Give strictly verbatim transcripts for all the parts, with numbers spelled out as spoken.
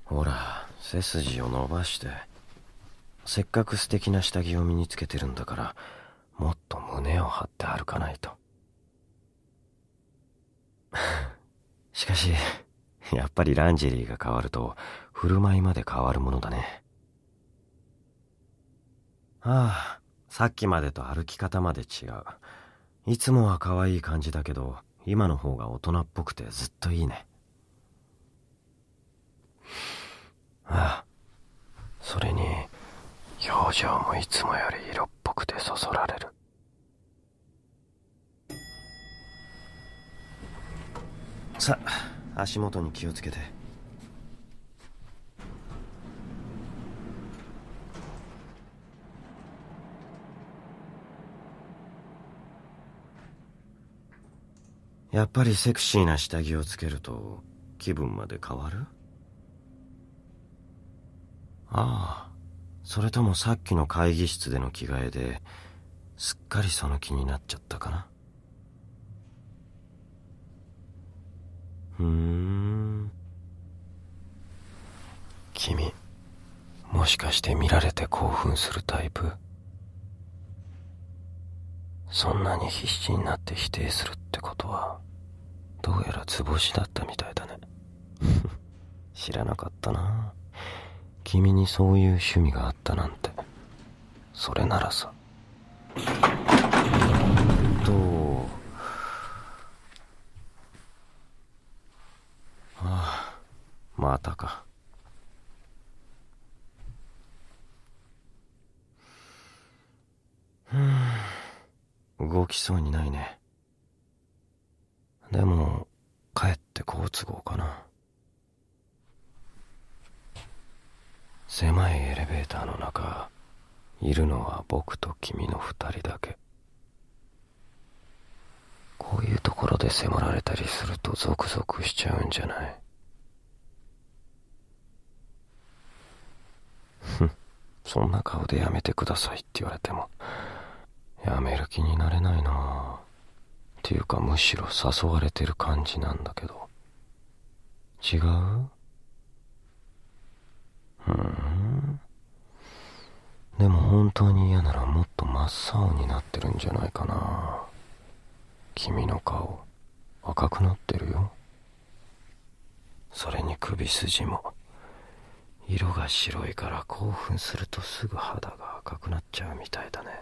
ほら、背筋を伸ばして。せっかく素敵な下着を身につけてるんだから、もっと胸を張って歩かないと。しかし、やっぱりランジェリーが変わると、振る舞いまで変わるものだね。ああ、さっきまでと歩き方まで違う。いつもは可愛い感じだけど、今の方が大人っぽくてずっといいね。ああ、それに、表情もいつもより色っぽくてそそられる。さあ、足元に気をつけて。やっぱりセクシーな下着をつけると気分まで変わる？ああ、それともさっきの会議室での着替えですっかりその気になっちゃったかな。ふーん。君、もしかして見られて興奮するタイプ？そんなに必死になって否定するってことは、どうやら図星だったみたいだね。知らなかったな。君にそういう趣味があったなんて。それならさ。と、ああ、またか。うーん、動きそうにないね。でも、かえって好都合かな。狭いエレベーターの中、いるのは僕と君の二人だけ。こういうところで迫られたりするとゾクゾクしちゃうんじゃない？ふん、そんな顔でやめてくださいって言われても、やめる気になれないな。っていうかむしろ誘われてる感じなんだけど。違う？ふーん。でも本当に嫌ならもっと真っ青になってるんじゃないかな。君の顔、赤くなってるよ。それに首筋も。色が白いから興奮するとすぐ肌が赤くなっちゃうみたいだね。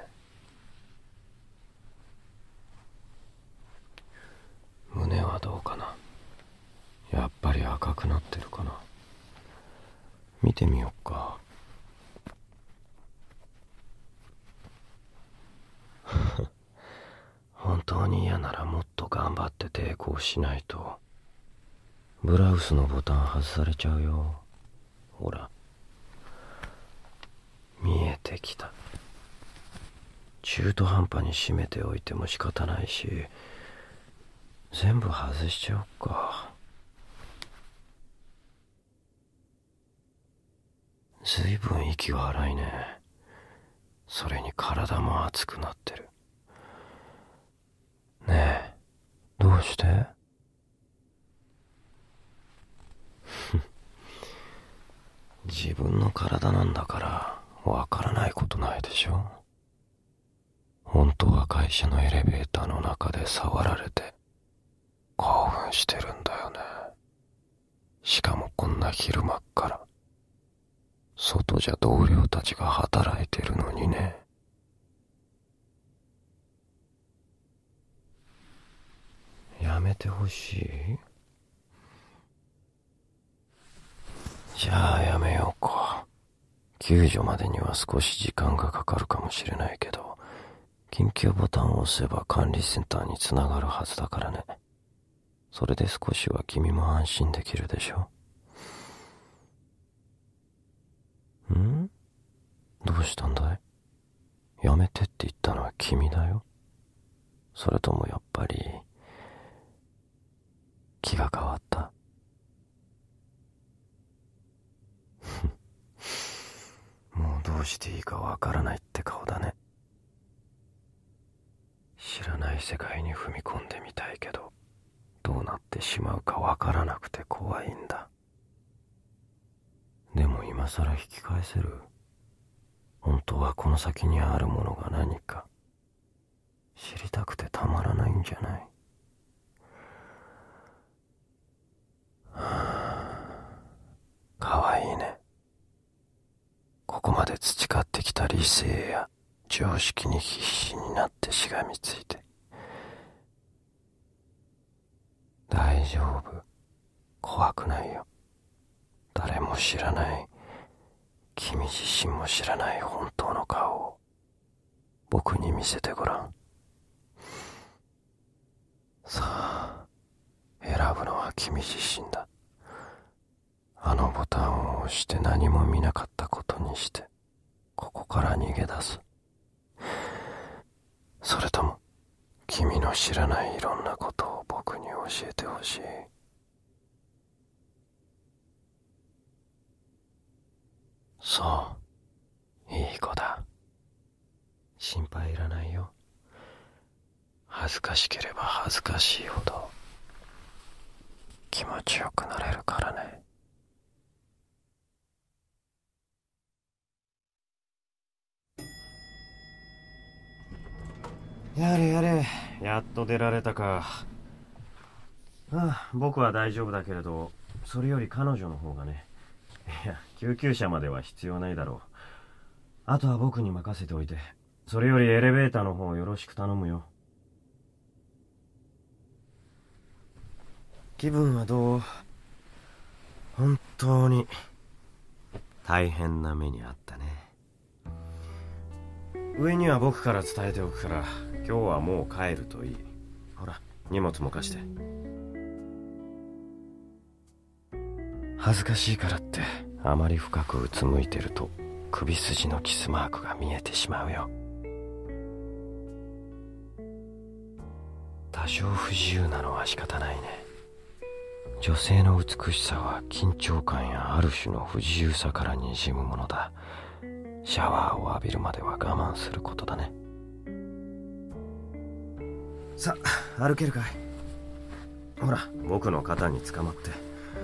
胸はどうかな。やっぱり赤くなってるかな。見てみよっか。本当に嫌ならもっと頑張って抵抗しないと。ブラウスのボタン外されちゃうよ。ほら、見えてきた。中途半端に締めておいても仕方ないし、全部外しちゃおっか。ずいぶん息は荒いね。それに体も熱くなってる。ねえ、どうして？自分の体なんだからわからないことないでしょ。本当は会社のエレベーターの中で触られて興奮してるんだよね。しかもこんな昼間っから。外じゃ同僚たちが働いてるのにね。やめてほしい？じゃあやめようか。救助までには少し時間がかかるかもしれないけど、緊急ボタンを押せば管理センターにつながるはずだからね。それで少しは君も安心できるでしょ。ん？どうしたんだい？やめてって言ったのは君だよ。それともやっぱり気が変わった？もうどうしていいかわからないって顔だね。知らない世界に踏み込んでみたいけど、どうなってしまうかわからなくて怖いんだ。 でも今さら引き返せる？本当はこの先にあるものが何か知りたくてたまらないんじゃない？かわいいね。ここまで培ってきた理性や常識に必死になってしがみついて。大丈夫、怖くないよ。誰も知らない、君自身も知らない本当の顔を僕に見せてごらん。さあ、選ぶのは君自身だ。あのボタンを押して何も見なかったことにしてここから逃げ出す。それとも君の知らないいろんなことを僕に教えてほしい。そう、いい子だ。心配いらないよ。恥ずかしければ恥ずかしいほど気持ちよくなれるからね。やれやれ、やっと出られたか。ああ、僕は大丈夫だけれど、それより彼女の方がね。いや、救急車までは必要ないだろう。あとは僕に任せておいて、それよりエレベーターの方よろしく頼むよ。気分はどう？本当に大変な目にあったね。上には僕から伝えておくから、今日はもう帰るといい。ほら、荷物も貸して。恥ずかしいからってあまり深くうつむいてると首筋のキスマークが見えてしまうよ。多少不自由なのは仕方ないね。女性の美しさは緊張感やある種の不自由さからにじむものだ。シャワーを浴びるまでは我慢することだね。さあ、歩けるかい？ほら、僕の肩につかまって。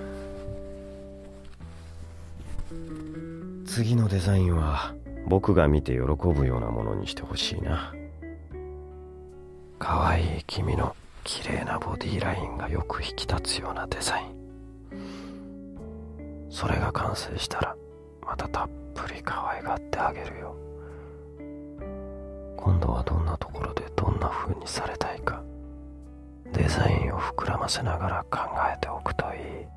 次のデザインは僕が見て喜ぶようなものにしてほしいな。かわいい君の綺麗なボディラインがよく引き立つようなデザイン。それが完成したらまたたっぷり可愛がってあげるよ。今度はどんなところでどんな風にされたいか、デザインを膨らませながら考えておくといい。